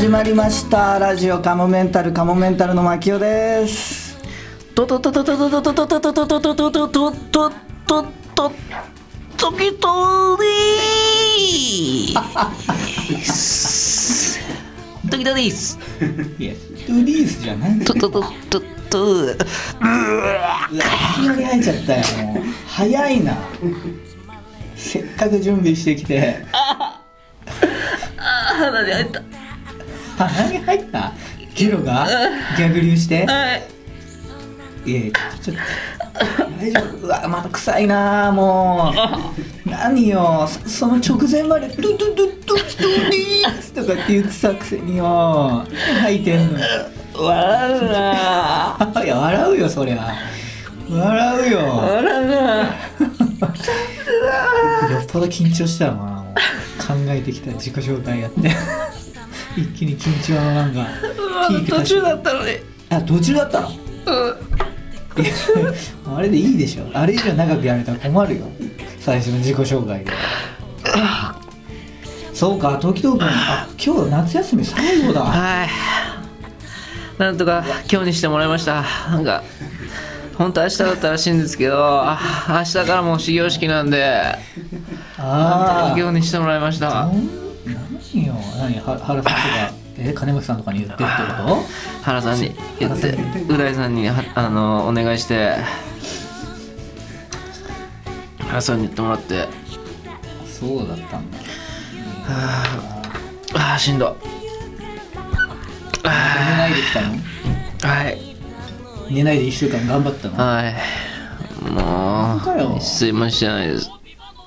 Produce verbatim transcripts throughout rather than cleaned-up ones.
始まりましたラジオカモメンタルカモメンタルの牧雄です。 ととととととととととととととととととと時とりーす時とりーすいやトゥリースじゃないとととととうわいきなり入っちゃったよ。もう早いな。せっかく準備してきてああ鼻に入った。 鼻に入った。ゲロが逆流してはいいやちょっと大丈夫。うわまた臭いな。もう何よ そ, その直前までドゥドゥドゥドゥドゥリースとかって言ってたくせによ吐いてんの。 笑うないや笑うよそりゃ笑うよ。 笑うなよっぽど緊張したのかな。もう考えてきた自己紹介やって一気に緊張のなんかピーク途中だったのに。 あ途中だったの。あれでいいでしょ。あれ以上長くやめたら困るよ最初の自己紹介で。そうか時藤君、あ今日夏休み最後だ。 はいなんとか今日にしてもらいました。なんか本当は明日だったらしいんですけど、あ明日からもう始業式なんでああ今日にしてもらいました。 何よ何は原さんとかえ金巻さんとかに言ってってこと。 原さんに言ってう大さんにはあのお願いして原さんに言ってもらって。 そうだったんだ。 はああしんど。 寝ないで来たの。 はい寝ないでいっしゅうかん頑張ったの。 はいもかよう一睡もしてないです。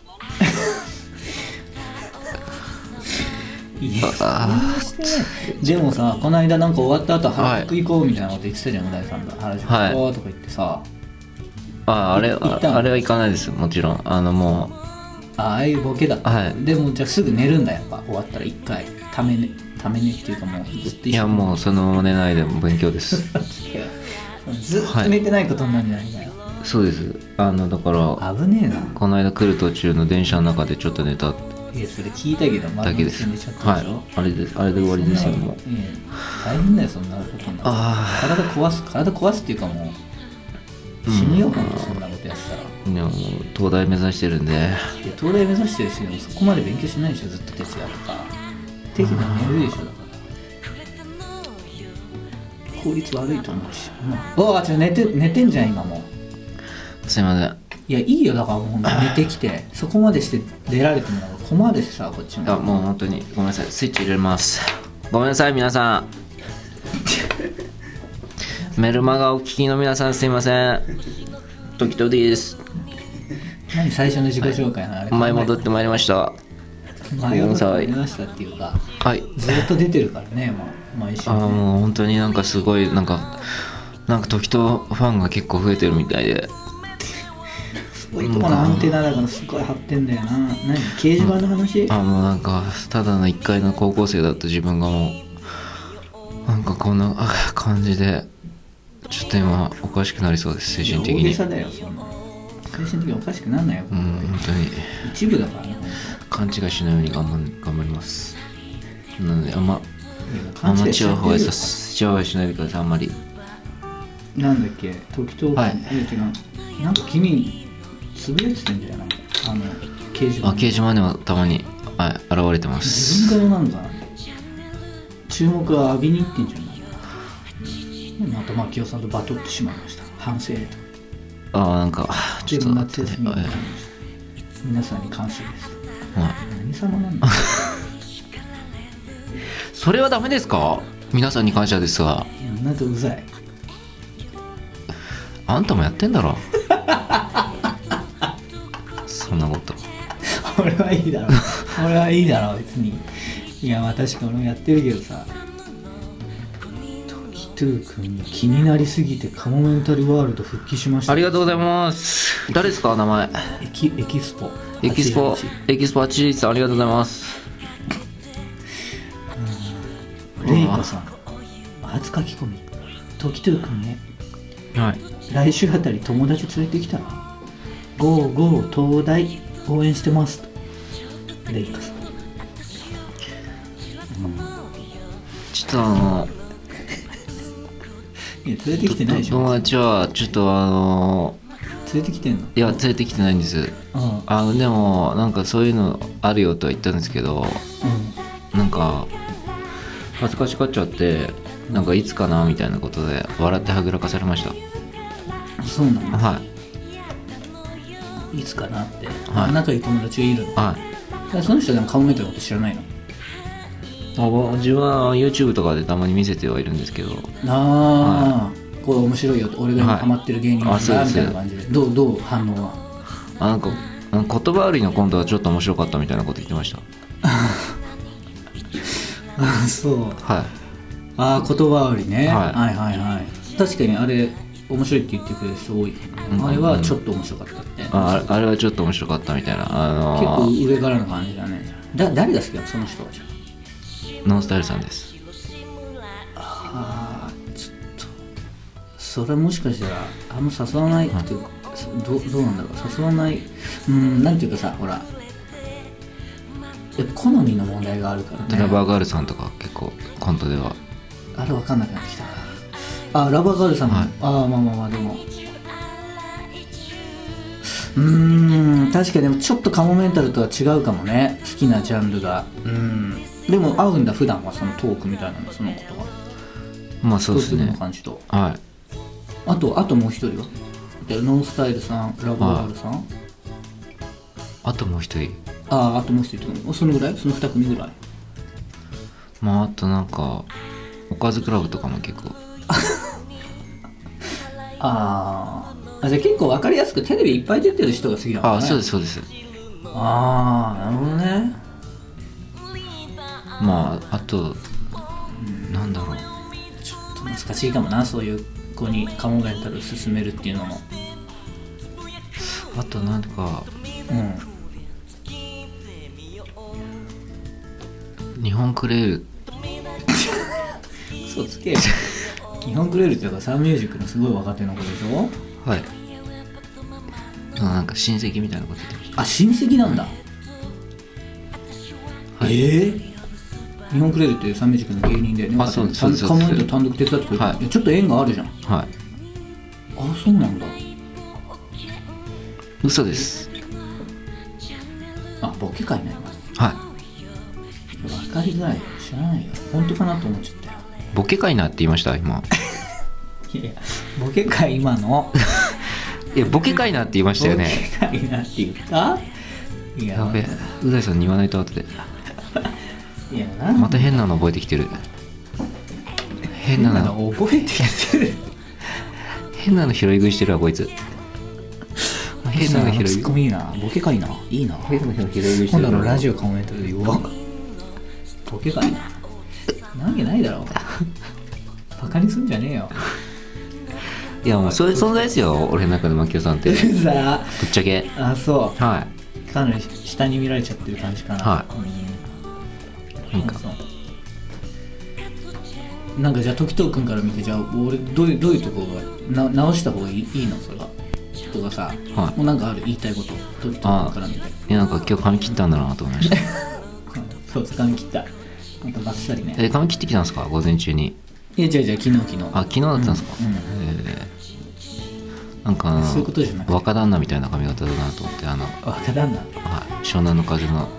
いやあでもさこの間なんか終わった後原宿行こうみたいなこと言ってたじゃん、う大さんが原宿行こうとか言ってさ、 ああれ行ったのあれは行かないですもちろん。あのもあああいうボケだった、 はいでもじゃあすぐ寝るんだやっぱ終わったら一回ためねためねっていうかもうずっとういやもうそのまま寝ないでも勉強ですずっと寝てないことになるんじゃないかよ、 そうです。あのだから危ねえな。 この間来る途中の電車の中でちょっと寝たいやそれ聞いたけどだけです。 寝ちゃったでしょ、 はいあれですあれで終わりですよもう。 そんなのいや大変だよそんなことになる。 あ体壊す体壊すっていうかもう死ぬよ、ほんとそんなことやってたら。 いやもう東大目指してるんで。 いや東大目指してるし、でもそこまで勉強しないでしょ、ずっと徹夜とか適度に寝るでしょ。だから効率悪いと思うし、おおちょ寝て寝てんじゃん今もすいません。 いやいいよだからもう寝てきてそこまでして出られてもらう困るしさこっちも。 あもう本当にごめんなさい。スイッチ入れます。ごめんなさい皆さんメルマガお聞きの皆さんすいません。時とです。 何最初の自己紹介のあれ前戻ってまいりました。 前戻ってまいりましたっていうかはいずっと出てるからね、まあ、毎週ね。 あーもう本当になんかすごいなんかなんか時とファンが結構増えてるみたいで。 すごいとこのアンテナだからすごい張ってんだよな。何掲示板の話、 あもうなんかただの一階の高校生だった自分がもうなんかこんなあ感じでちょっと今おかしくなりそうです精神的に。 大げさだよそんな。精神的におかしくなんないよ、 うん本当に一部だからね。 勘違いしないように頑張頑張ります。なのであんまあんま勘違いしチヤホヤちゃってるよさチヤホヤしないでくださいあんまり。 なんだっけ時と、 はいいや違うなんか君つぶやいてたんだよなんかあの掲示板あ掲示板ではたまに、はい、現れてます自分からなんか注目を浴びに行ってんじゃん。また牧雄さんとバトってしまいました。反省とあなんかちょでもっと待ってね夏休みに行きました皆さんに感謝です。 はい何様なんだそれはダメですか。皆さんに感謝ですがいやなんかうざい。 あんたもやってんだろそんなこと。 俺はいいだろ俺はいいだろ別に。いやまあ確か俺もやってるけどさ、時トゥー君気になりすぎてカモメンタルワールド復帰しました。 ありがとうございます。誰ですか名前。 エキエキスポエキスポはちじゅうはちエキスポはちじゅうはちさんありがとうございます。 レイコさん初書き込み時トゥー君ねはい来週あたり友達連れてきたらゴーゴー東大応援してますとレイカさん。 ちょっとあのいや連れてきてないでしょ。 友達はちょっとあの連れてきてんの？ いや連れてきてないんです。 ああのでもなんかそういうのあるよとは言ったんですけど、 うなんか恥ずかしがっちゃって、なんかいつかなみたいなことで笑ってはぐらかされました。 ん。そうなの？ はいいつかなって、 はい仲いい友達がいるの？ はい。 その人でもカモメンタルのこと知らないの？ あ自分は YouTube とかでたまに見せてはいるんですけど、 ああ、これ面白いよと、俺が今ハマってる芸人はいあそうですだみたいな感じで、どうどう反応は？ あなんか言葉悪いのコントはちょっと面白かったみたいなこと言ってました。 あそう。 はい。 ああ言葉悪いね、 はいはいはいはい確かにあれ面白いって言ってくれる人多い、 うんあれはちょっと面白かったって、 ああれはちょっと面白かったみたいな、あのー、 結構上からの感じだね。だ誰が好きなのその人は？じゃノンスタイルさんです。 ああちょっとそれもしかしたらあんま誘わないっていうか、どうどうなんだろう、誘わない、うんなんていうかさ、ほらやっぱ好みの問題があるからね。 ラバーガールさんとか結構コントではあれ分かんなくなってきたな。あラバーガールさんも、 はい、 ああまあまあまあでもうーん確かにでもちょっとカモメンタルとは違うかもね、好きなジャンルが。うんでも合うんだ普段はそのトークみたいなのそのことは。 まあそうですね。 トークの感じと。 はい。 あとあともう一人はでノンスタイルさん、ラバーガールさん、 あともう一人。 あああともう一人とそのぐらい、その二組ぐらい。 まああとなんかおかずクラブとかも結構ああじゃあ結構分かりやすくテレビいっぱい出てる人が好きなのかね。 あそうですそうです。 ああなるほどね。 まああと、うん、なんだろう、 ちょっと難しいかもな、そういう子にカモメンタル進めるっていうのも。 あとなんか、うん、日本クレール嘘つけよ。日本クレールっていうかサンミュージックのすごい若手の子でしょ。 はい。なんか親戚みたいなこと言ってました。 あ親戚なんだ、はい、ええー、日本クレールっていうサンミュージックの芸人でね、 あそうですそうです。 カモメンタル単独手伝ってくれて、はい、ちょっと縁があるじゃん。 はい。 あそうなんだ。 嘘です。 あボケかいね。 はい。 分かりづらいよ、知らないよ、本当かなと思っちゃったよ。 ボケかいなって言いました今。 いやボケかい今のいやボケかいなって言いましたよね。 ボケかいなって言った。いややべえ、う大さんに言わないと後で。 いやなんまた変なの覚えてきてる。変なの覚えてきてる。 変なの拾い食いしてるわこいつ。変なの拾いツッコミいいな、ボケかいな、いいな。 変なの拾い食いしてる。 今度のラジオコメントで言おう。ボケかいな。なわけないだろ。バカにすんじゃねえよ。 いやもうそういう存在ですよ俺の中でマキオさんって。 さあぶっちゃけ。 あそう。 はい。 かなり下に見られちゃってる感じかな。 はい。 うん、なんかなんかじゃあ時藤君から見て、じゃあ俺どういうどういうところがな直した方がいい、いいのそれはとかさ、はい、もうなんかある言いたいこと時藤君から見て。 いやなんか今日髪切ったんだなと思いました。 そう髪切った。またバッサリね。 え髪切ってきたんですか午前中に。 いや違う違う昨日昨日。 あ昨日だったんですか。うんうん、えー、なんかそういうことじゃなくて若旦那みたいな髪型だなと思って。あの若旦那、 はい、湘南の風の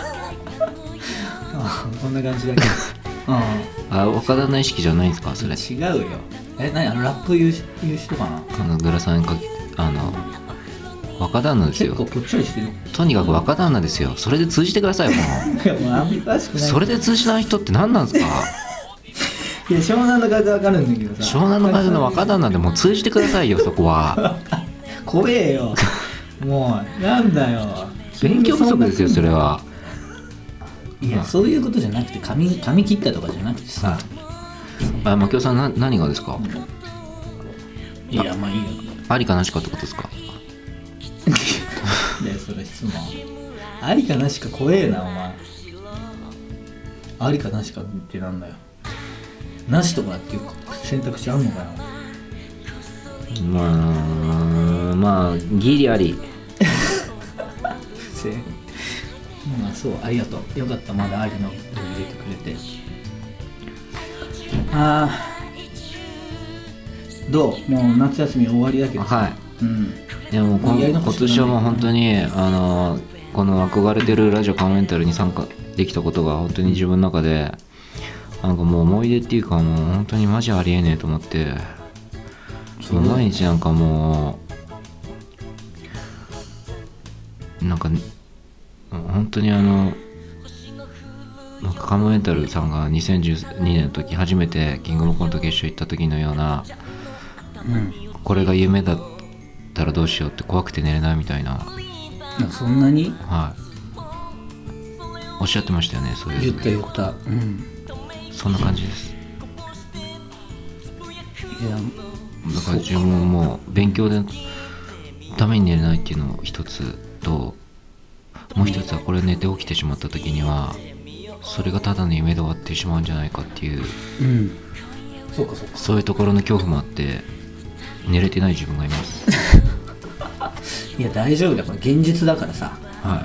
あこんな感じだけどあ若旦那意識じゃないんですかそれ。 違うよ。え何あのラップ言う言う人かな。 あのグラサンかけあの若旦那ですよ。 結構ぽっちゃりしてる。 とにかく若旦那ですよ。それで通じてくださいもう。 いやもうあんまり詳しくない。 それで通じない人って何なんですか。 いや湘南の風わかるんだけどさ、 湘南の風の若旦那でもう通じてくださいよそこは。 怖えよもうなんだよ勉強不足ですよそれは。 いやそういうことじゃなくて 髪, 髪切ったとかじゃなくてさ。 あマキオさんな何がですか。 いやまあいいよ。 ありかなしかってことですか。 でそれ質問ありかなしか怖えなお前。ありかなしかってなんだよ。なしとかっていう選択肢あんのかよ。 まあまあギリあり。 まあそうありがとうよかったまだありの入れてくれて。 あーどうもう夏休み終わりだけどさ、 はい、 うん、 でも今今年はもう本当にあのこの憧れてるラジオカメンタルに参加できたことが本当に自分の中でなんかもう思い出っていうかもう本当にマジありえねえと思って、もう毎日なんかもうなんか本当にあのなんかカモメンタルさんがにせんじゅうにねんの時初めてキングオブコント決勝行った時のような、うん、これが夢だったらどうしようって怖くて寝れないみたいな。 そんなに？ はい。おっしゃってましたよね、そういう。 言った言った。うん。 そんな感じです。 いや、 だから自分ももう勉強でために寝れないっていうのを一つと、もう一つはこれ寝て起きてしまった時にはそれがただの夢で終わってしまうんじゃないかっていう、 うん、そうかそうか、 そういうところの恐怖もあって寝れてない自分がいます。 いや大丈夫だ、これ現実だからさ、 はい、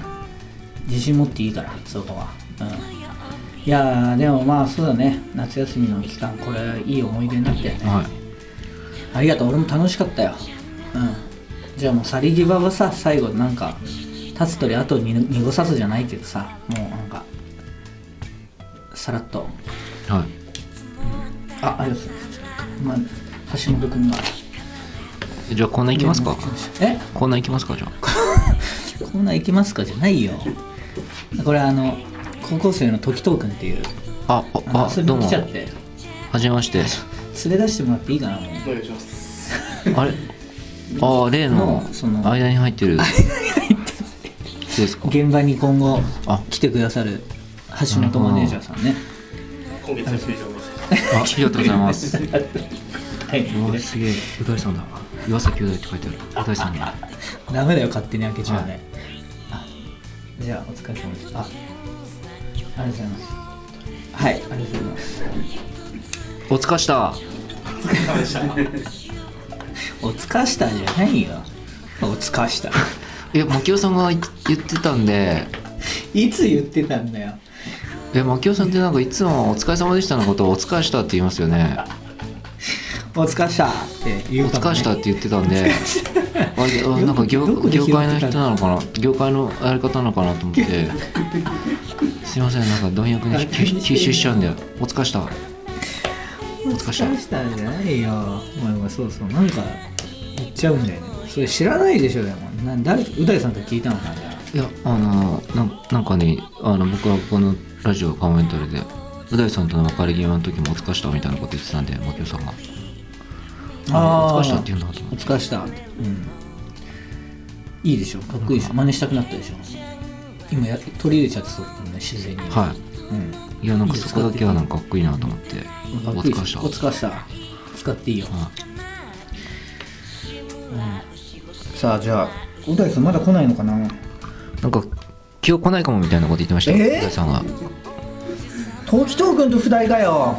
自信持っていいからそこは、うん、いやでもまあそうだね、夏休みの期間これいい思い出になったよね、はい、ありがとう、俺も楽しかったよ、うん、じゃあもう去り際はさ、最後なんか立つ鳥後に濁さずじゃないけどさ、もうなんかさらっと、 はい、うん、 あ、ありがとうございます、まあ、橋本くんがじゃあコーナー行きますか。 えコーナー行きますか。じゃあコーナー行きますかじゃないよ、これあの高校生の時藤くんっていう、 あああ遊びに来ちゃってはじめまして、 連れ出してもらっていいかな。もうお願いします。 あれああ例の間に入ってるですか。 現場に今後来てくださる橋本マネージャーさんね。 今月のステージをありがとうございます。 はい、 うわすげえ、う大さんだ。岩崎う大って書いてある。う大さんだ。 ダメだよ、勝手に開けちゃうね。あ、じゃあお疲れ様でした。あ、ありがとうございます。はい、ありがとうございます。 お疲れした。 お疲れ様でした。 お疲れしたじゃないよ。お疲れした。 いや、牧雄さんが言ってたんで。 いつ言ってたんだよ。 え、牧雄さんってなんかいつもお疲れ様でしたのことをお疲れしたって言いますよね。 お疲れしたって言うかもね。 お疲れしたって言ってたんであ、なんか 業, 業界の人なのかな、業界のやり方なのかなと思ってすいません、なんか貪欲に吸収しちゃうんで、お疲れした、お疲れしたじゃないよ。お前はそうそう、なんか言っちゃうんだよね。それ知らないでしょ。でもな、誰、う大さんと聞いたのかな。 いや、あのな、なんかね、あの僕はこのラジオコメントでう大さんとの別れ際の時もお疲れしたみたいなこと言ってたんで、牧雄さんがあ、お疲れしたって言うんだと思って。 お疲れしたって、うん、いいでしょ、かっこいいでしょ、真似したくなったでしょ。今や取り入れちゃってそうだね、自然に。 はい、うん、いや、なんかそこだけはなんかかっこいいなと思って、 お疲れした、お疲れした、使っていいよ、はあ、うん、さあ、じゃあ小田井さんまだ来ないのかな。 なんか今日来ないかもみたいなこと言ってましたよ、 えー、 小田井さんが。 時藤君と不代かよ。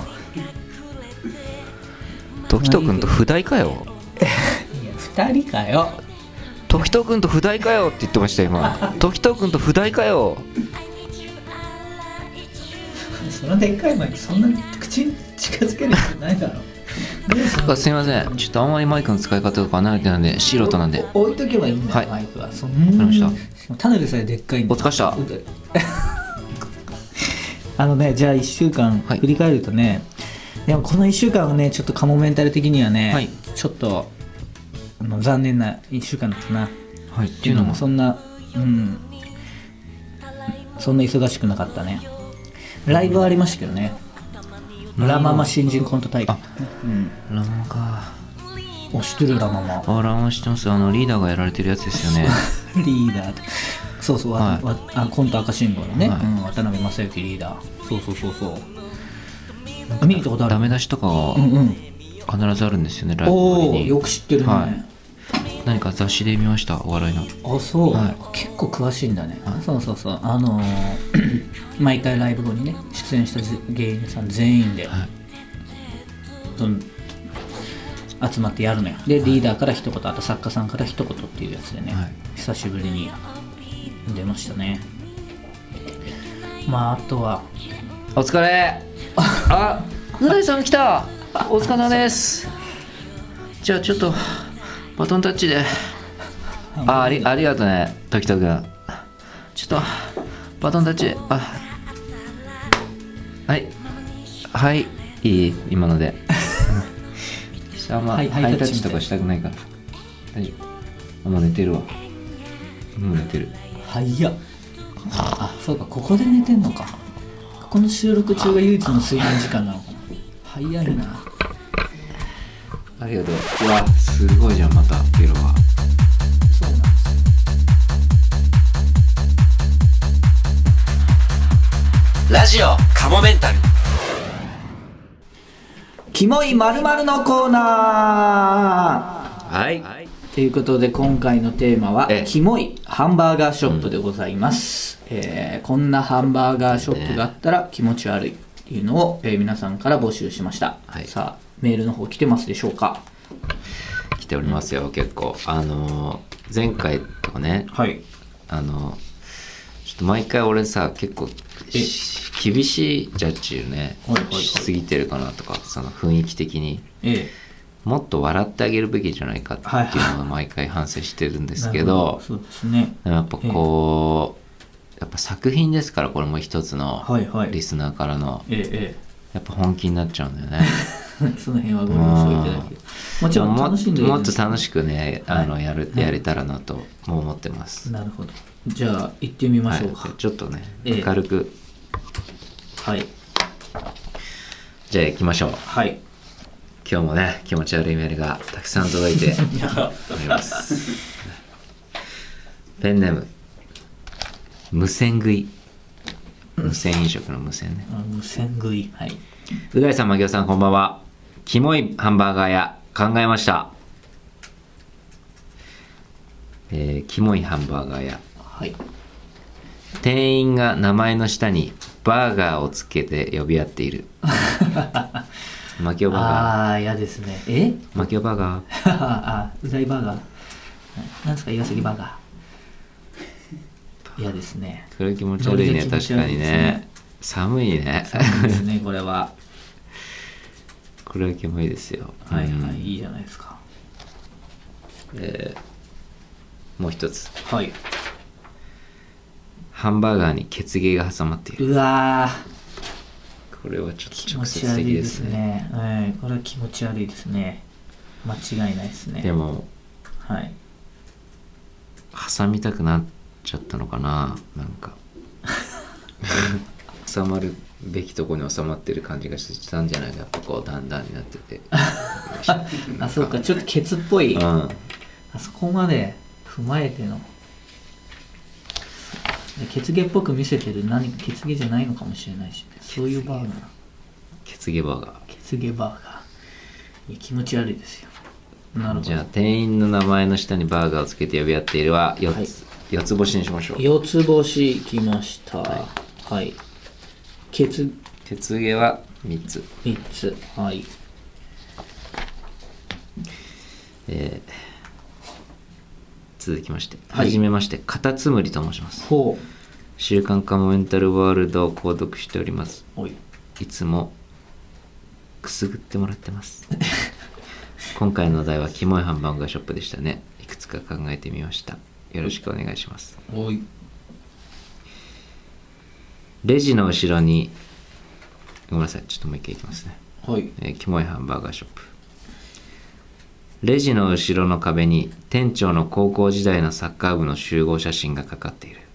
時藤君と不代かよ。 いや、二人かよ。 時藤君と不代かよって言ってました今。時藤君と不代かよ。 そのでっかいマイクそんなに口に近づける必要ないだろ。 すいません、ちょっとあんまりマイクの使い方とか慣れてないんで、素人なんで置いとけばいいんだよ、はい、マイクは。そんなにただでさえでっかいんだ。 お疲れした。 あのね、じゃあいっしゅうかん振り返るとね、はい、でもこのいっしゅうかんはね、ちょっとカモメンタル的にはね、はい、ちょっとあの残念ないっしゅうかんだったな。 はい、っていうのもそんな、うん、そんな忙しくなかったね。ライブはありましたけどね。ラママ新人コント大会。 うん、ラママか。 お、知ってるラママ。 あ、ラママ知ってます。あのリーダーがやられてるやつですよね。 リーダー。そうそう、はい、あコント赤信号のね、はい、うん、渡辺正行リーダー。そうそうそうそう。見に行ったことある。 ダメ出しとかは必ずあるんですよね、ライブに。 お、よく知ってるね。はい、 何か雑誌で見ました、お笑いの。 あ、そう、 はい、 結構詳しいんだね。はい、そうそうそう、あのー、毎回ライブ後にね、出演した芸人さん全員で、はい、その集まってやるのよ。で、リーダーから一言、あと作家さんから一言っていうやつでね、はい、久しぶりに出ましたね。まあ、あとはお疲れあう大さん来た。お疲れ様です。じゃあちょっとバトンタッチで。あありありがとうね時田君。ちょっとバトンタッチ。あはいはいいい今のであんまハイタッチとかしたくないから大丈夫。もう寝てるわ。もう寝てる。 はいやあそうかここで寝てんのか。ここの収録中が唯一の睡眠時間なのかな。早いな。 ありがとう。うわすごいじゃんまたベロが。 そうなんです。 ラジオカモメンタル。 キモい〇〇のコーナー。 はい。 ということで今回のテーマはええキモいハンバーガーショップでございます、うんえー、こんなハンバーガーショップがあったら気持ち悪いっていうのを、えー、皆さんから募集しました、はい、さあメールの方来てますでしょうか。 来ておりますよ、うん、結構あのー、前回とかね、 はい、 あのー、ちょっと毎回俺さ結構厳しいジャッジをね、はいはいはい、しすぎてるかなとかその雰囲気的に、ええもっと笑ってあげるべきじゃないかっていうのを毎回反省してるんですけど、はいはい、そうですね、やっぱこう、ええ、やっぱ作品ですからこれも一つのリスナーからの、はいはいええ、やっぱ本気になっちゃうんだよねその辺はご了承いただけもちろん楽しんでいいもっと楽しくねあのやる、はい、やれたらなとも思ってます。 なるほど。じゃあ行ってみましょうか、 はい、ちょっとね、ええ、軽くはいじゃあ行きましょう。 はい今日もね気持ち悪いメールがたくさん届いておりますペンネーム無線食い無線飲食の無線ね、 無線食い。はいう大さん、まぎおさん、こんばんは。キモいハンバーガー屋考えました、えー、キモいハンバーガー屋、 はい、 店員が名前の下にバーガーをつけて呼び合っているマキオバーガー。 ああ嫌ですね。えマキオバーガーあうざいバーガーなんですか岩崎バーガー嫌ですね。 これ気持ち悪いね。確かにね。寒いね。 寒いですねこれはこれはキモいですよ。 はいはい、うん、いいじゃないですか。 えー、もう一つ。 はい。 ハンバーガーに血芸が挟まっている。 うわこれはちょっと直接的ですね。 気持ち悪いですね。はい、これは気持ち悪いですね。間違いないですね。 でも、 はい。 挟みたくなっちゃったのかな、なんか収まるべきところに収まってる感じがしたんじゃないか。やっぱこうだんだんになっててあ、そうか、ちょっとケツっぽい、 うん、あそこまで踏まえての血毛っぽく見せてる何か血毛じゃないのかもしれないし、ね、そういうバーガー。 血毛バーガー。 血毛バーガー。いや気持ち悪いですよ。なるほど。 じゃあ店員の名前の下にバーガーをつけて呼び合っているはよっつ、はい、よっつ星にしましょう。 よっつ星きました。はい。はい、血血毛はみっつ。 みっつ。はい。 えー続きまして、はい、じめまして、カタツムリと申します。 ほう。 週刊カモメンタルワールドを購読しております。 おい。 いつもくすぐってもらってます今回のお題はキモいハンバーガーショップでしたね。いくつか考えてみました。よろしくお願いします。 おい。 レジの後ろにごめんなさい、ちょっともう一回いきますね。 はい。 えー、キモいハンバーガーショップ。レジの後ろの壁に店長の高校時代のサッカー部の集合写真がかかっている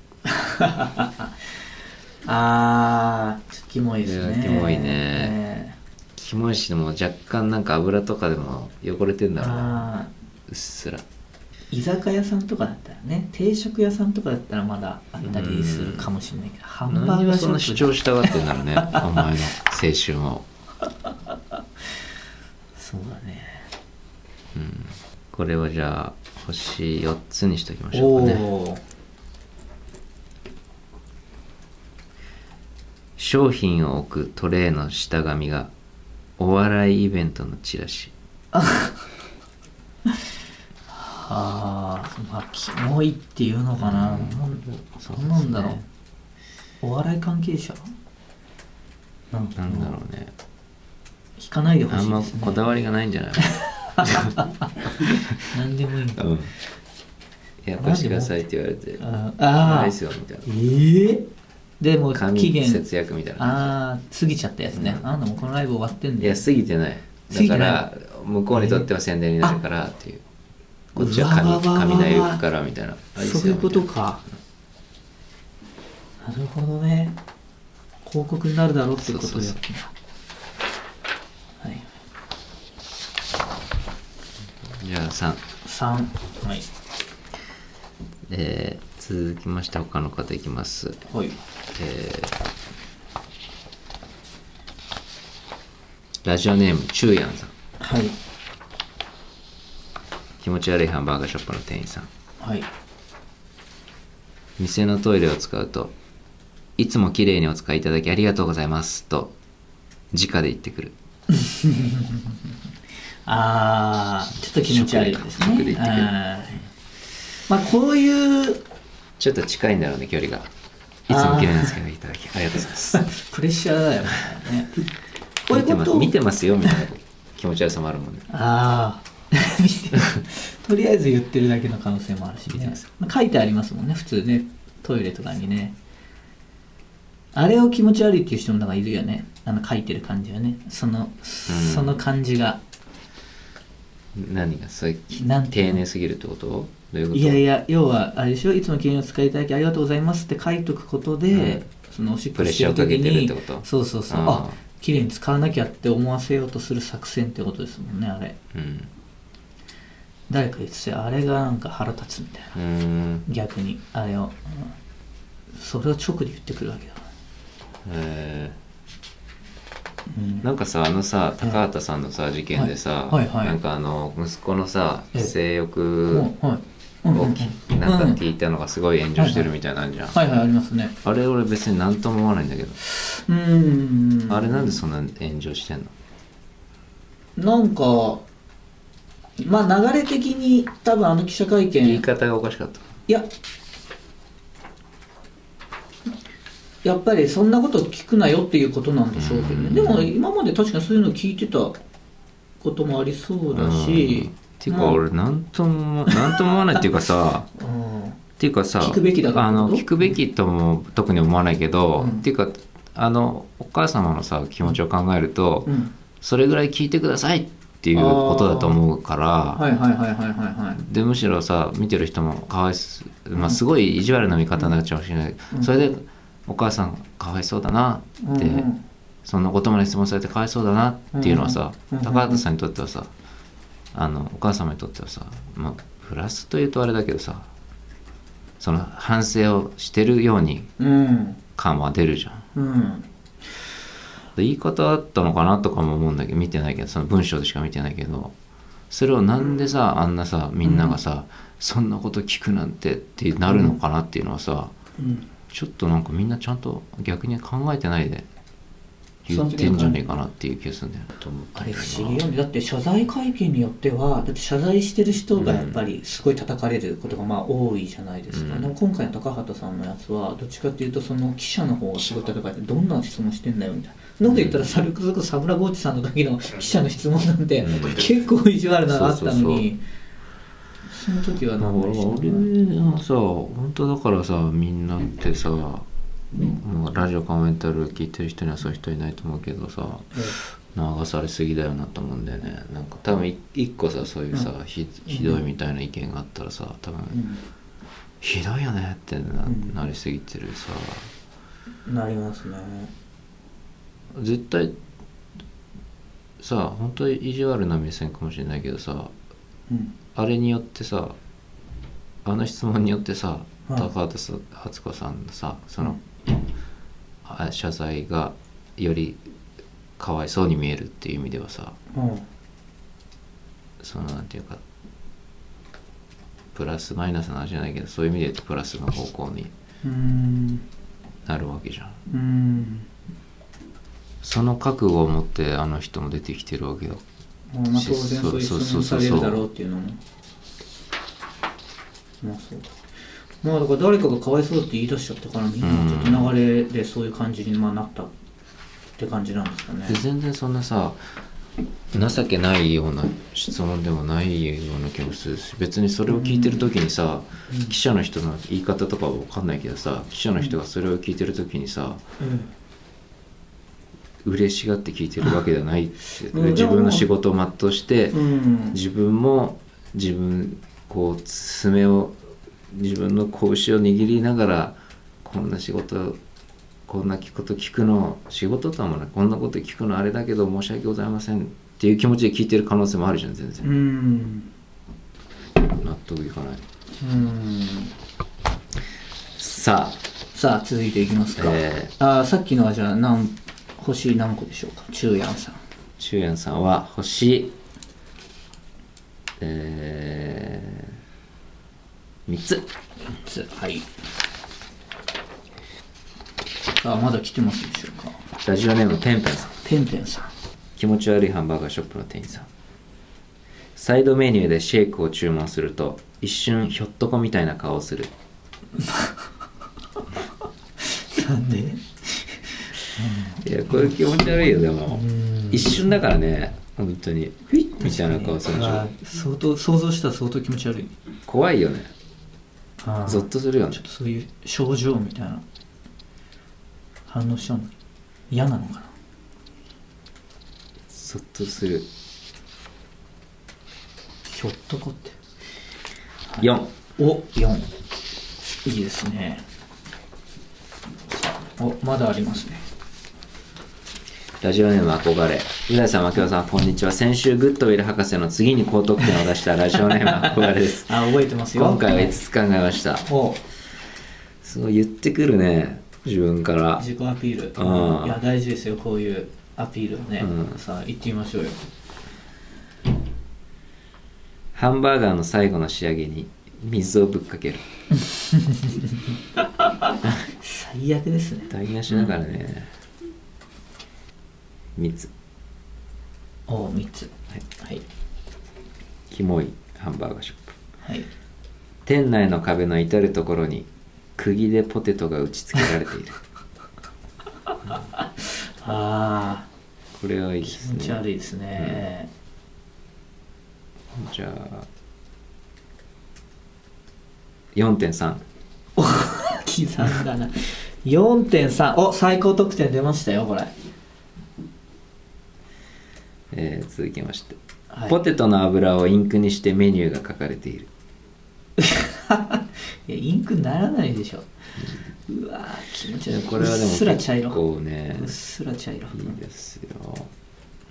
あー、ちょっとキモいですね。 キモいね、えー、キモいし、でも若干なんか油とかでも汚れてんだろうな、うっすら。 居酒屋さんとかだったらね、定食屋さんとかだったらまだあったりするかもしれないけど、ハンバーガーショップ何をそんな主張したがってんだろうねお前の青春をそうだね。 うん、これはじゃあ星よっつにしときましょうかね。商品を置くトレイの下紙がお笑いイベントのチラシああ、まあキモいっていうのかな、うん、そうなんだろう、ね、お笑い関係者なんだろうね。 引かないでほあんましいですね。 こだわりがないんじゃない何でもいいんだ。 うんいやこれしてくださいって言われてああないですよみたいなええー、でも期紙限節約みたいな感ああ過ぎちゃったやつね、 うんあんなもうこのライブ終わってんじいやだよ。 過ぎてない過ぎてないだから向こうにとっては宣伝になるからっていうこっちはうわわわわ紙紙代浮くからみたいなあいいっすよそういうことみたか。なるほどね。広告になるだろうっていうことでやってんだ。はい。 いなじゃあさんさんはいえー、続きまして他の方いきます。 はいえー、ラジオネームちゅうやんさん。 はい気持ち悪いハンバーガーショップの店員さん。 はい店のトイレを使うといつもきれいにお使いいただきありがとうございますと直で言ってくる。 ああちょっと気持ち悪いですね。 直で言ってくる。 あまあこういうちょっと近いんだろうね距離が。いつもきれいにお使いいただきありがとうございますプレッシャーだよね。こういう見てますことを見てますよみたいな気持ち悪さもあるもんね。 ああ見てとりあえず言ってるだけの可能性もあるしね見てます。 まあ書いてありますもんね普通ねトイレとかにね。あれを気持ち悪いっていう人もなんかいるよね。あの書いてる感じはねその、その感じが何がそういうなんていうの丁寧すぎるってことどういうこと。 いやいや要はあれでしょいつも記念を使いいただきありがとうございますって書いとくことで、 うんそのおしっこプレッしてる時シャーをかけてるっにてこと。 そうそうそうああー綺麗に使わなきゃって思わせようとする作戦ってことですもんねあれ。 うん誰か言ってたよあれがなんか腹立つみたいなうーん逆にあれを、うんそれを直で言ってくるわけだ、 えうんー、なんかさあのさ高畑さんのさ事件でさ、 はいはいはいなんかあの息子のさええ性欲うんはいうんうんをうんきなんか聞いたのがすごい炎上してるみたいなんじゃん、 はいはいありますね。 あれ俺別に何とも思わないんだけど、 うーんあれなんでそんな炎上してんの。 なんかまあ流れ的に多分あの記者会見言い方がおかしかった。 いややっぱりそんなこと聞くなよっていうことなんでしょうけどね。でも今まで確かにそういうの聞いてたこともありそうだし、 っていうか俺何とも何とも思わないっていうかさうんっていうかさ聞くべきだとあ思うの聞くべきとも特に思わないけど、 うんっていうかあのお母様のさ気持ちを考えると、 うんそれぐらい聞いてくださいっていうことだと思うから、 はいはいはいはいはいはいでむしろさ見てる人もかわいす、まあ、すごい意地悪な見方になっちゃうかもしれない、 うんそれでお母さんかわいそうだなって、 うんうんそんなことまで質問されてかわいそうだなっていうのはさ、 うんうん高畑さんにとってはさあのお母様にとってはさ、まあ、プラスというとあれだけどさその反省をしてるようにうん感は出るじゃん。 うん言い方だったのかなとかも思うんだけど見てないけどその文章でしか見てないけどそれをなんでさあんなさみんながさ、うん、そんなこと聞くなんてってなるのかなっていうのはさ、うん、ちょっとなんかみんなちゃんと逆に考えてないで言ってんじゃねえかなっていう気がするんだよと思ったあれ不思議よね。だって謝罪会見によってはだって謝罪してる人がやっぱりすごい叩かれることがまあ多いじゃないですか、うん、でも今回の高畑さんのやつはどっちかっていうとその記者の方がすごい叩かれてどんな質問してんだよみたいなそんなこと言ったらサルクズクサムラゴーチさんの時の記者の質問なんて、うん、結構意地悪なのあったのにその時は何でした俺はさ本当だからさみんなってさもうラジオコメンタル聞いてる人にはそういう人いないと思うけどさ、うん、流されすぎだよなと思うんだよね。なんか多分一個さそういうさ、うん、ひ, ひどいみたいな意見があったらさ多分、うん、ひどいよねってな,、うん、なりすぎてるさなりますね。 絶対さ本当に意地悪な目線かもしれないけどさ、うん、あれによってさあの質問によってさ、はい、高畑敦子さんのさその、うん、謝罪がよりかわいそうに見えるっていう意味ではさ、うん、そのなんていうかプラスマイナスの話じゃないけどそういう意味で言うとプラスの方向になるわけじゃん。うーんその覚悟を持ってあの人も出てきてるわけよ。 まあ当然そういう質問されるだろうっていうのもまあそうだまあだから誰かがかわいそうって言い出しちゃったからみんなちょっと流れでそういう感じにまあなったって感じなんですかね。 で全然そんなさ情けないような質問でもないような気もするし、別にそれを聞いてる時にさ、うん、記者の人の言い方とかは分かんないけどさ、記者の人がそれを聞いてる時にさ、うん、嬉しがって聞いてるわけじゃないって、うん、自分の仕事を全うして、うん、自分も自分こう爪を自分の拳を握りながらこんな仕事こんなこと聞くの仕事とは思わない、こんなこと聞くのあれだけど申し訳ございませんっていう気持ちで聞いてる可能性もあるじゃん。全然うん納得いかない。うんさあさあ続いていきますか、えー、あさっきのはじゃあ何星何個でしょうか。中やんさん中やんさんは星えー、みっつみっつはい。あまだ来てますでしょうか。 ラジオネームペンペンさん。 ペンペンさん。 気持ち悪いハンバーガーショップの店員さん。サイドメニューでシェイクを注文すると一瞬ひょっとこみたいな顔をする。 なんで？ いやこれ気持ち悪いよ。でも一瞬だからね、本当にフィッみたいな顔するでしょ。 相当想像したら相当気持ち悪い。 怖いよね。ゾッとするよね。 ちょっとそういう症状みたいな反応しちゃうの嫌なのかな。 そっとする。 ひょっとこって、 はい、よんおよんいいですね。おまだありますね。 ラジオネーム憧れ。う大さん、牧雄さん、こんにちは。先週グッドウィル博士の次に高得点を出したラジオネーム憧れです。 あ覚えてますよ。 今回はいつつ考えました。おすごい言ってくるね、自分から。 自己アピール、うん、いや大事ですよこういうアピールをね、うん、さあ行ってみましょうよ。 ハンバーガーの最後の仕上げに水をぶっかける。 最悪ですね。 台無しだからね、うん、みっつ。 おおみっつ、はい、はい、 キモいハンバーガーショップ、 はい、 店内の壁の至る所に釘でポテトが打ち付けられている。 ああこれはいいですね。 気持ち悪いですね、 うん、じゃあ よんてんさん。 お刻んだな。 よんてんさん お最高得点出ましたよこれ。 えー、続きまして、はい、ポテトの油をインクにしてメニューが書かれている。 いやインクならないでしょ。うわ気持ち悪い。 これはでも結構ねうっすら茶色。 いいですよ、 うん、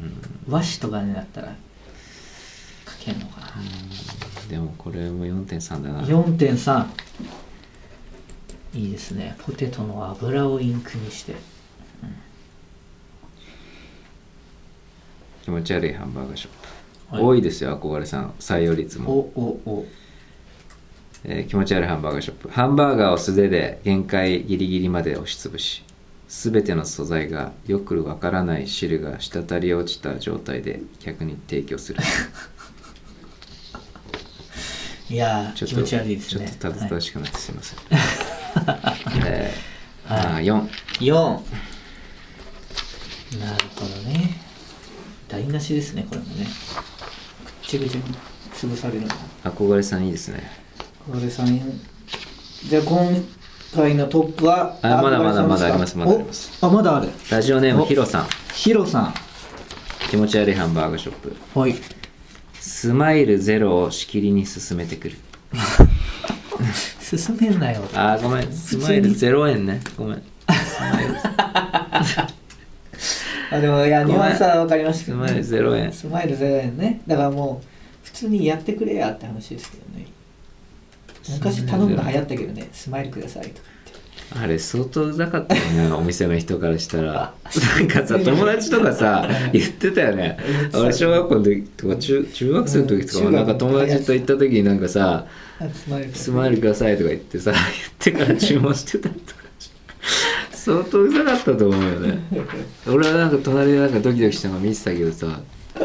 和紙とかになったら書けんのかな。 うんでもこれも よんてんさん だな。 よんてんさん いいですね。ポテトの油をインクにして、うん、 気持ち悪いハンバーガーショップ、はい、多いですよ憧れさん採用率も。 おおおえー、気持ち悪いハンバーガーショップ。ハンバーガーを素手で限界ギリギリまで押しつぶし、すべての素材がよくわからない汁が滴り落ちた状態で客に提供する。 いやー気持ち悪いですね。 ちょっとたどたどしくなってすいません。はいえー、あよん。 よんなるほどね。台無しですねこれもね。ぐちぐちに潰されるの。 憧れさんいいですね。 憧れさんじゃあ今回のトップはあまだまだまだありますまだあります。 あまだある。 ラジオネームヒロさん。 ヒロさん気持ち悪いハンバーガーショップ。 はい。 スマイルゼロをしきりに進めてくる。 進めんなよ。 あごめんスマイルゼロえんねごめん。スマイルあでもいやニュアンスは分かりましたけど、 ね、スマイルゼロえん。 スマイルゼロえんね。だからもう普通にやってくれやって話ですけどね。昔頼むの流行ったけどね、スマイルくださいとか言って。あれ相当うざかったよね。お店の人からしたらなんかさ友達とかさ言ってたよね。俺小学校の時とか 中, 中学生の時とかなんか友達と行った時になんかさスマイルスマイルくださいとか言ってさ言ってから注文してたりとか相当うざかったと思うよね。俺はなんか隣でなんかドキドキしたの見てたけどさ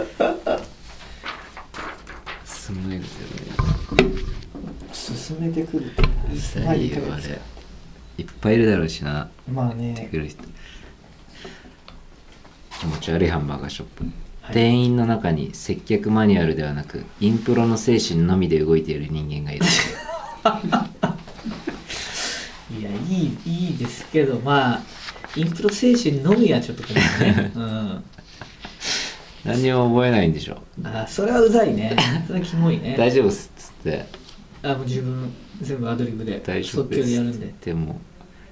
スマイルゼロね進めてくるってうざいよあれ。いっぱいいるだろうしな。 まあね。 来る人気持ち悪いハンバーガーショップ、 はい、 店員の中に接客マニュアルではなくインプロの精神のみで動いている人間がいるいやいいいいですけど、まあインプロ精神のみはちょっとこれね、うん、 何にも覚えないんでしょ。 あ、それはうざいね。それはキモいね。 大丈夫っすっつって、 あ、もう自分全部アドリブで大丈夫即です興でやるんで。 でも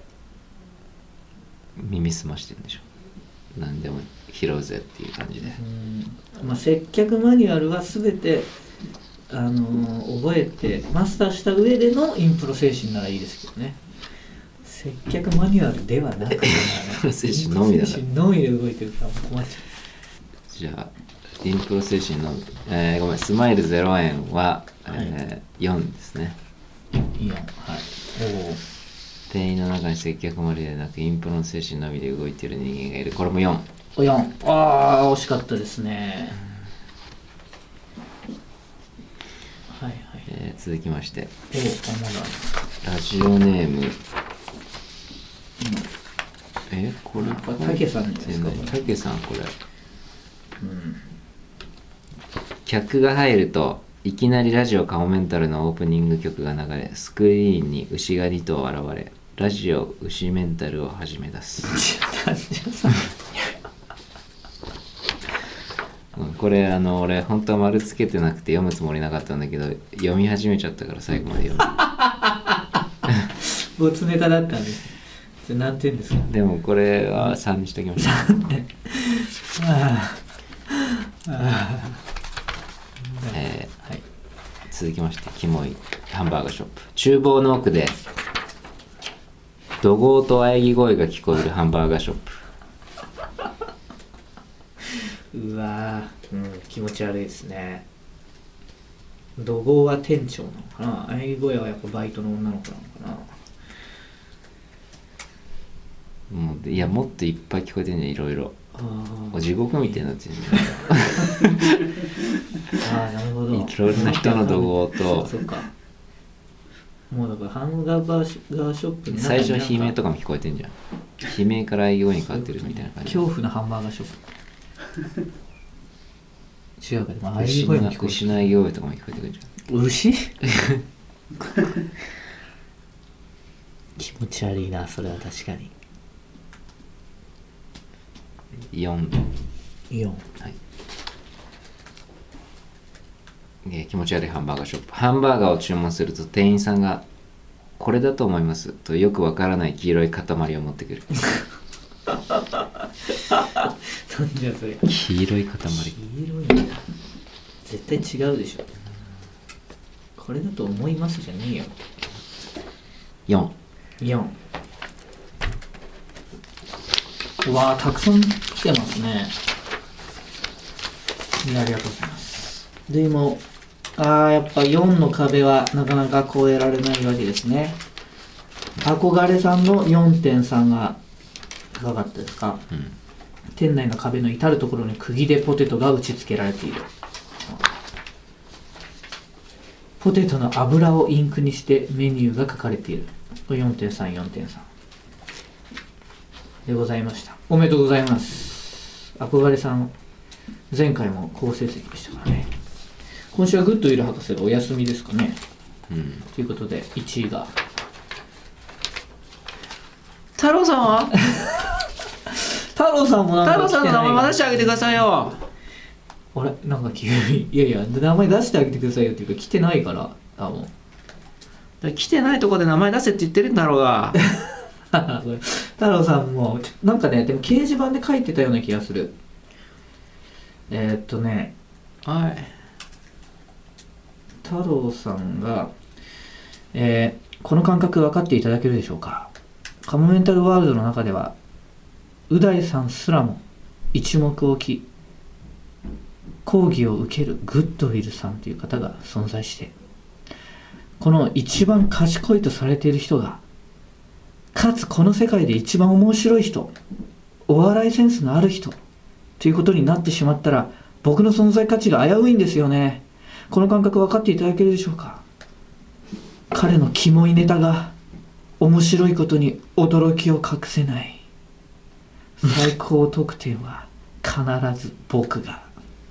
耳すましてるんでしょ。何でも拾うぜっていう感じで、 うん、まあ、接客マニュアルは全てあのー、覚えてマスターした上でのインプロ精神ならいいですけどね。接客マニュアルではなくて、 精神のみだから精神のみで動いてるから困っちゃう。じゃあインプロ精神のみ、えー、ごめん、スマイルゼロえんは、 はい、 えー、よんですね。 う。いいよ。はい。おお。 店員の中に接客まででなくインプロの精神のみで動いている人間がいる。これもよん。 よん。ああ、惜しかったですね。はいはい。 えー、続きまして、 おお、まだラジオネーム、うん、えこれこれたけさんですか。 たけさん、これ、 うん、 客が入るといきなりラジオカモメンタルのオープニング曲が流れ、スクリーンに牛がに頭現れ、ラジオ牛メンタルを始め出すこれあの俺本当は丸つけてなくて読むつもりなかったんだけど、読み始めちゃったから最後まで読む没ネタだったんです。それ何点ですか。 でもこれはさんにしときました。えーはい、続きましてキモいハンバーガーショップ、厨房の奥で怒号と喘ぎ声が聞こえるハンバーガーショップ。 うわー、うん、気持ち悪いですね。怒号は店長なのかな、喘ぎ声はやっぱバイトの女の子なのかな。 もういやもっといっぱい聞こえてんじゃん、いろいろ。あ地獄みたいになってるんじゃんああ、なるほど。 いろんな人の怒号とそうか。もうだからハンバーガーショップに最初は悲鳴とかも聞こえてんじゃん。悲鳴から喘ぎ声に変わってるみたいな感じ。 恐怖のハンバーガーショップ違うか、でも喘ぎ牛の声も聞こえ牛の喘ぎ声とかも聞こえてくるじゃん。 牛気持ち悪いな、それは確かに。 よん。 よん。 はい。えー、気持ち悪いハンバーガーショップ。ハンバーガーを注文すると店員さんがこれだと思いますとよくわからない黄色い塊を持ってくる。 なんじゃそれ。 黄色い塊。 黄色いんだ。絶対違うでしょ。これだと思いますじゃねえよ。 よん。 よん。うわー、たくさん来てますね。いや、ありがとうございます。でも、あー、やっぱよんの壁はなかなか越えられないわけですね。憧れさんの よんてんさん が高かったですか、うん、店内の壁の至るところに釘でポテトが打ち付けられている。ポテトの油をインクにしてメニューが書かれている。これ よんてんさん、よんてんさん でございました。おめでとうございます。憧れさん、前回も好成績でしたからね。今週はグッドウィル博士がお休みですかね。うん、ということでいちいが太郎さんは太郎さんもなんか太郎さんの名前出してあげてくださいよ。 あれなんか急にいやいや名前出してあげてくださいよっていうか来てないから多分来てないとこで名前出せって言ってるんだろうが。 太郎さんもなんかね、でも掲示板で書いてたような気がする。えー、っとねはい太郎さんが、えー、この感覚分かっていただけるでしょうか。カモメンタルワールドの中ではう大さんすらも一目置き講義を受けるグッドウィルさんという方が存在して、この一番賢いとされている人がかつこの世界で一番面白い人、お笑いセンスのある人ということになってしまったら僕の存在価値が危ういんですよね。この感覚分かっていただけるでしょうか。彼のキモいネタが面白いことに驚きを隠せない。最高得点は必ず僕が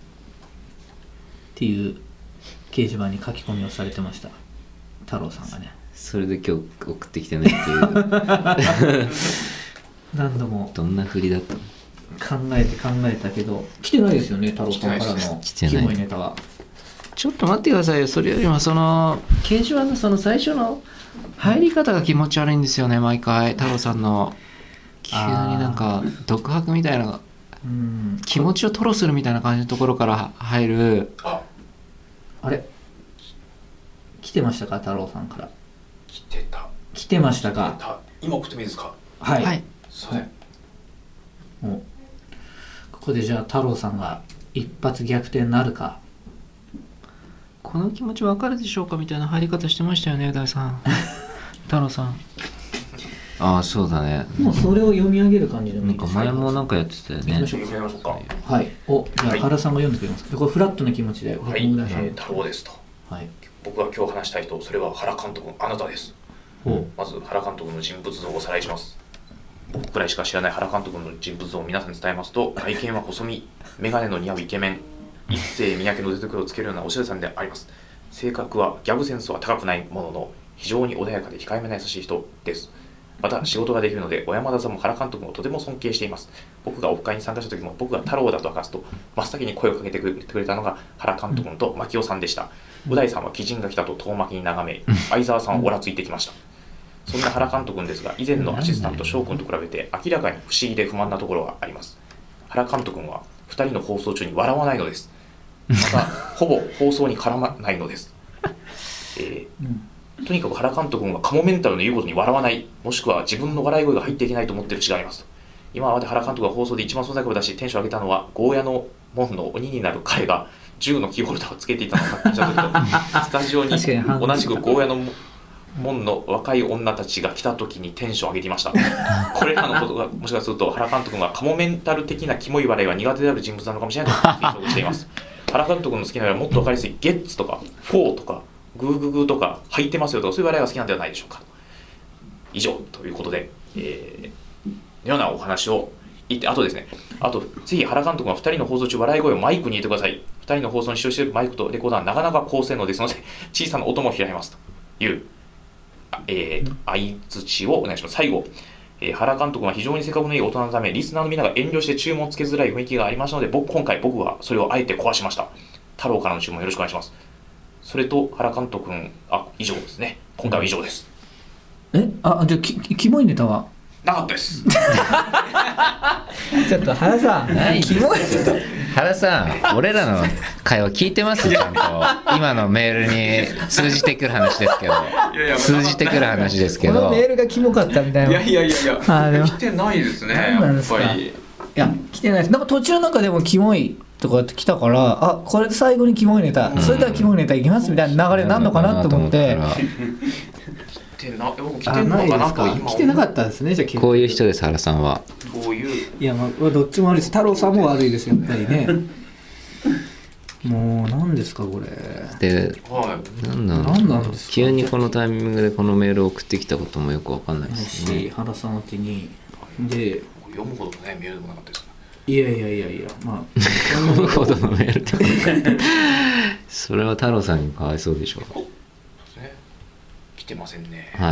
っていう掲示板に書き込みをされてました、太郎さんがね。 それで今日送ってきてないっていう何度もどんな振りだったの？ 考えて考えたけど来てないですよね、太郎さんからの来てないキモいネタは。 ちょっと待ってくださいよ。それよりもその掲示板のその最初の入り方が気持ち悪いんですよね。毎回太郎さんの急になんか独白みたいな、 うん気持ちを吐露するみたいな感じのところから入る。 あ、 あれ来てましたか、太郎さんから。 来てた。 来てました来か。 てた。今送ってもいいですか？ はい、 はい、 すいません。 もうここでじゃあ太郎さんが一発逆転なるか。 この気持ちわかるでしょうかみたいな入り方してましたよね、大さん太郎さん。ああ、そうだね。 もうそれを読み上げる感じでもないんかいですか。 前もなんかやってたよね。 行きましょう読みましょうか。 はい。お、じゃあはい原さんが読んでくれますか。これフラットな気持ちで。 はい、え大村さんー、太郎ですと。 はい。 僕が今日話したい人、それは原監督、あなたです。 お、 まず原監督の人物像をおさらいします。僕くらいしか知らない原監督の人物像を皆さんに伝えますと、外見は細身、眼鏡の似合うイケメン、一世三宅の出てくるをつけるようなおしゃれさんであります。性格はギャグセンスは高くないものの、非常に穏やかで控えめな優しい人です。また仕事ができるので、小山田さんも原監督もとても尊敬しています。僕がオフ会に参加した時も、僕が太郎だと明かすと、真っ先に声をかけてくれたのが原監督と牧雄さんでした。う大さんは鬼人が来たと遠巻きに眺め、相沢さんはオラついてきました。そんな原監督ですが、以前のアシスタント翔くんと比べて明らかに不思議で不満なところがあります。原監督はふたりの放送中に笑わないのです。またほぼ放送に絡まないのです。えー、とにかく原監督はカモメンタルの言うことに笑わない、もしくは自分の笑い声が入っていけないと思っている節があります。今まで原監督が放送で一番存在感を出しテンションを上げたのは、ゴーヤの門の鬼になる彼が銃のキーホルダーをつけていたのを発見した時と、スタジオに同じくゴーヤの門の若い女たちが来た時にテンションを上げていました。これらのことがもしかすると原監督がカモメンタル的なキモい笑いは苦手である人物なのかもしれないと推測しています。原監督の好きなのはもっと分かりやすいゲッツとかフォーとかグーグーグーとか入ってますよとか、そういう笑いが好きなんではないでしょうか。以上ということで、えー、のようなお話を言って、あとですね、あとぜひ原監督がふたりの放送中笑い声をマイクに入れてください。ふたりの放送に使用しているマイクとレコーダーはなかなか高性能ですので小さな音も拾いますという、えー、相槌をお願いします。最後、えー、原監督は非常に性格のいい大人のため、リスナーのみんなが遠慮して注文つけづらい雰囲気がありましたので、僕今回僕はそれをあえて壊しました。太郎からの注文よろしくお願いします。それと原監督、あ、以上ですね。今回は以上です。 え、あ、じゃあきキモいネタはなかったです。 ちょっと原さん、 ないキモいちょっと原さん、俺らの会話聞いてますちゃんと。今のメールに通じてくる話ですけどいやいや通じてくる話ですけど、 このメールがキモかったみたいな。 いやいやいやいや、 あでも来てないですね。 何なんですか。 やっぱり。 いや来てないです。なんか途中なんかでもキモいとかって来たから、あ、これで最後にキモいネタ、うん、それではキモいネタいきますみたいな流れになるのかなと思って。 来てな、僕来てんのかなと今来てなかったですね。じゃあこういう人です。原さんはこういう、 いや、まあどっちも悪いです。太郎さんも悪いですやっぱりね。もう何ですかこれ。 で、 はい、 なんなん何なんですか。 急にこのタイミングでこのメールを送ってきたこともよくわかんないですね。 原さん宛てにで読むほどのねメールでもなかったですか。 いやいやいやいや、まあ読むほどのメールってそれは太郎さんにかわいそうでしょう。 そうですね。来てませんね。 はい。 はい。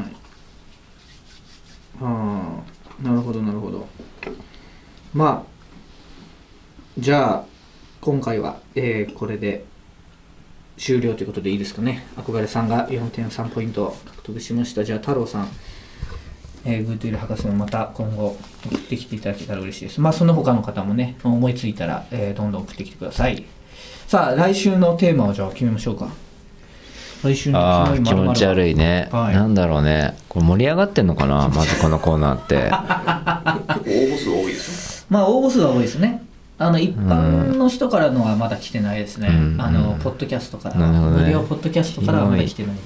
はあ、なるほどなるほど。まあじゃあ今回は、えー、これで終了ということでいいですかね。憧れさんが よんてんさん ポイント獲得しました。じゃあ太郎さん、えー、グッドウィル博士もまた今後送ってきていただけたら嬉しいです。まあその他の方もね、思いついたら、えー、どんどん送ってきてください。さあ来週のテーマをじゃあ決めましょうか。来週のあー気持ち悪いね、はい、なんだろうね、これ盛り上がってんのかなまずこのコーナーって応募数多いですよ。 まあ応募数は多いですね。あの一般の人からのはまだ来てないですね、うん、あのポッドキャストから、ね、無料ポッドキャストからはまだ来てないです。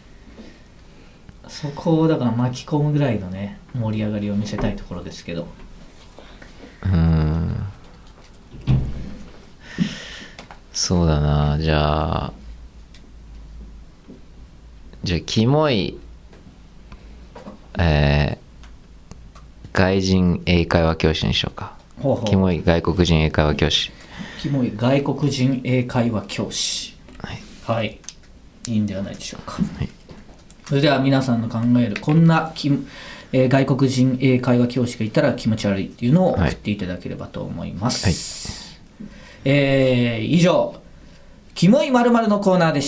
そこをだから巻き込むぐらいのね盛り上がりを見せたいところですけど、 うーんそうだな。じゃあじゃあキモい、えー、外人英会話教師にしようか。 ほうほうキモい外国人英会話教師。 キモい外国人英会話教師。 はい、 はい、いいんではないでしょうか。 はい、 それでは皆さんの考えるこんなき、えー、外国人英会話教師がいたら気持ち悪いっていうのを送っていただければと思います。はい、えー、以上キモい〇〇のコーナーでした。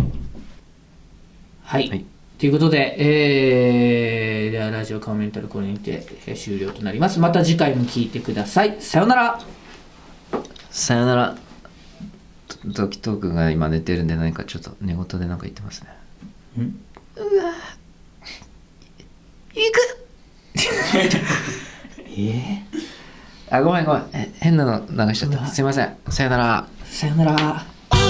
はい、はい、ということで、えー、ではラジオカモメンタルこれにて、えー、終了となります。また次回も聞いてください。さよなら。 さよなら。ドキトークが今寝てるんで何かちょっと寝言で何か言ってますね。んうわ行くえー、あごめんごめんえ変なの流しちゃった。すいません。さよなら。 さよなら。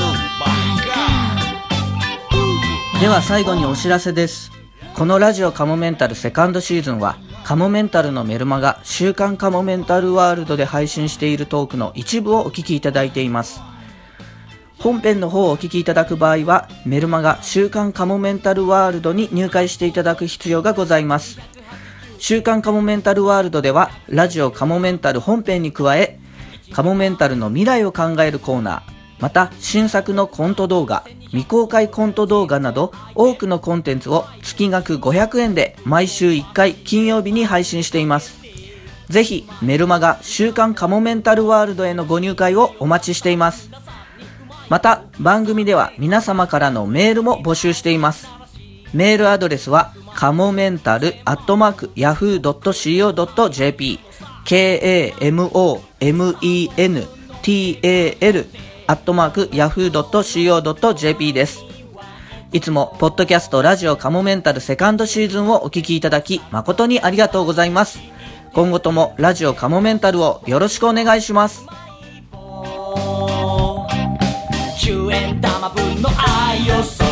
では最後にお知らせです。このラジオカモメンタルセカンドシーズンはカモメンタルのメルマガ週刊カモメンタルワールドで配信しているトークの一部をお聞きいただいています。本編の方をお聞きいただく場合はメルマガ週刊カモメンタルワールドに入会していただく必要がございます。週刊カモメンタルワールドではラジオカモメンタル本編に加えカモメンタルの未来を考えるコーナー、また新作のコント動画、未公開コント動画など多くのコンテンツを月額ごひゃくえんで毎週いっかい金曜日に配信しています。ぜひメルマガ週刊カモメンタルワールドへのご入会をお待ちしています。また番組では皆様からのメールも募集しています。メールアドレスはカモメンタルアットマークヤフードットシーオードットジェーピー ケーエーエムオーエムイーエヌティーエーエル アットマークヤフードットシーオードットジェーピー です。いつもポッドキャストラジオカモメンタルセカンドシーズンをお聞きいただき誠にありがとうございます。今後ともラジオカモメンタルをよろしくお願いします。じゅうえん玉分の愛を